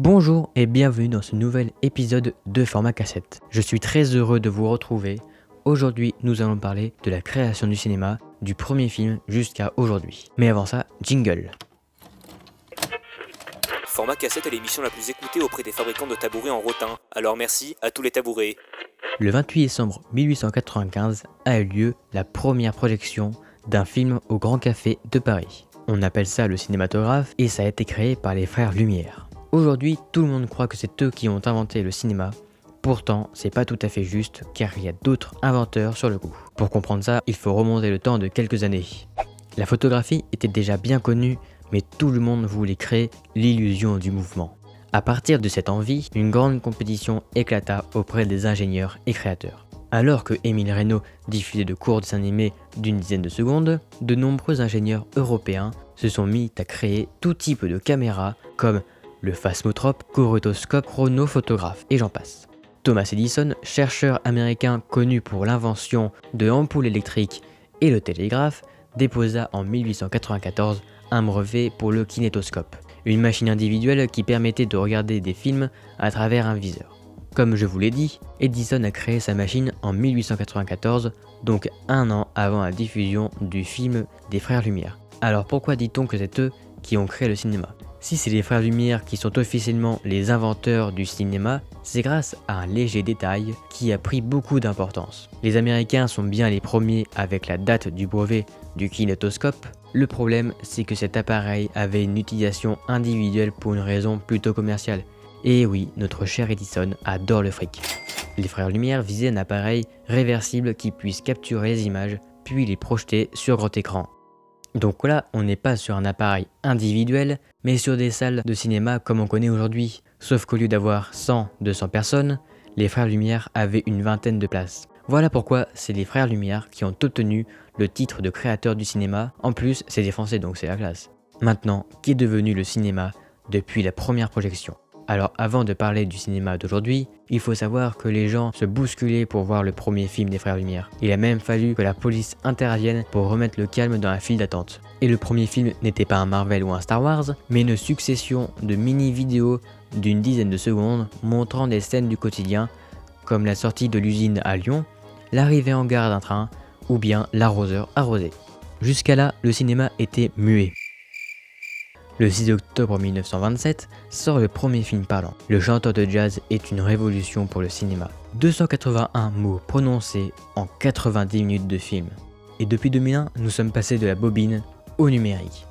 Bonjour et bienvenue dans ce nouvel épisode de Format Cassette. Je suis très heureux de vous retrouver. Aujourd'hui, nous allons parler de la création du cinéma, du premier film jusqu'à aujourd'hui. Mais avant ça, jingle. Format Cassette est l'émission la plus écoutée auprès des fabricants de tabourets en rotin. Alors merci à tous les tabourets. Le 28 décembre 1895 a eu lieu la première projection d'un film au Grand Café de Paris. On appelle ça le cinématographe et ça a été créé par les frères Lumière. Aujourd'hui, tout le monde croit que c'est eux qui ont inventé le cinéma. Pourtant, c'est pas tout à fait juste car il y a d'autres inventeurs sur le coup. Pour comprendre ça, il faut remonter le temps de quelques années. La photographie était déjà bien connue, mais tout le monde voulait créer l'illusion du mouvement. À partir de cette envie, une grande compétition éclata auprès des ingénieurs et créateurs. Alors que Émile Reynaud diffusait de courts dessins animés d'une dizaine de secondes, de nombreux ingénieurs européens se sont mis à créer tout type de caméras comme le phasmotrope, chorotoscope, chronophotographe et j'en passe. Thomas Edison, chercheur américain connu pour l'invention de l'ampoules électrique et le télégraphe, déposa en 1894 un brevet pour le kinétoscope, une machine individuelle qui permettait de regarder des films à travers un viseur. Comme je vous l'ai dit, Edison a créé sa machine en 1894, donc un an avant la diffusion du film des Frères Lumière. Alors pourquoi dit-on que c'est eux qui ont créé le cinéma ? Si c'est les Frères Lumière qui sont officiellement les inventeurs du cinéma, c'est grâce à un léger détail qui a pris beaucoup d'importance. Les Américains sont bien les premiers avec la date du brevet du kinétoscope. Le problème, c'est que cet appareil avait une utilisation individuelle pour une raison plutôt commerciale. Et oui, notre cher Edison adore le fric. Les Frères Lumière visaient un appareil réversible qui puisse capturer les images, puis les projeter sur grand écran. Donc là, on n'est pas sur un appareil individuel, mais sur des salles de cinéma comme on connaît aujourd'hui. Sauf qu'au lieu d'avoir 100-200 personnes, les Frères Lumière avaient une vingtaine de places. Voilà pourquoi c'est les Frères Lumière qui ont obtenu le titre de créateur du cinéma. En plus, c'est des Français, donc c'est la classe. Maintenant, qu'est devenu le cinéma depuis la première projection ? Alors avant de parler du cinéma d'aujourd'hui, il faut savoir que les gens se bousculaient pour voir le premier film des Frères Lumière. Il a même fallu que la police intervienne pour remettre le calme dans la file d'attente. Et le premier film n'était pas un Marvel ou un Star Wars, mais une succession de mini-vidéos d'une dizaine de secondes montrant des scènes du quotidien, comme la sortie de l'usine à Lyon, l'arrivée en gare d'un train, ou bien l'arroseur arrosé. Jusqu'à là, le cinéma était muet. Le 6 octobre 1927 sort le premier film parlant. Le chanteur de jazz est une révolution pour le cinéma. 281 mots prononcés en 90 minutes de film. Et depuis 2001, nous sommes passés de la bobine au numérique.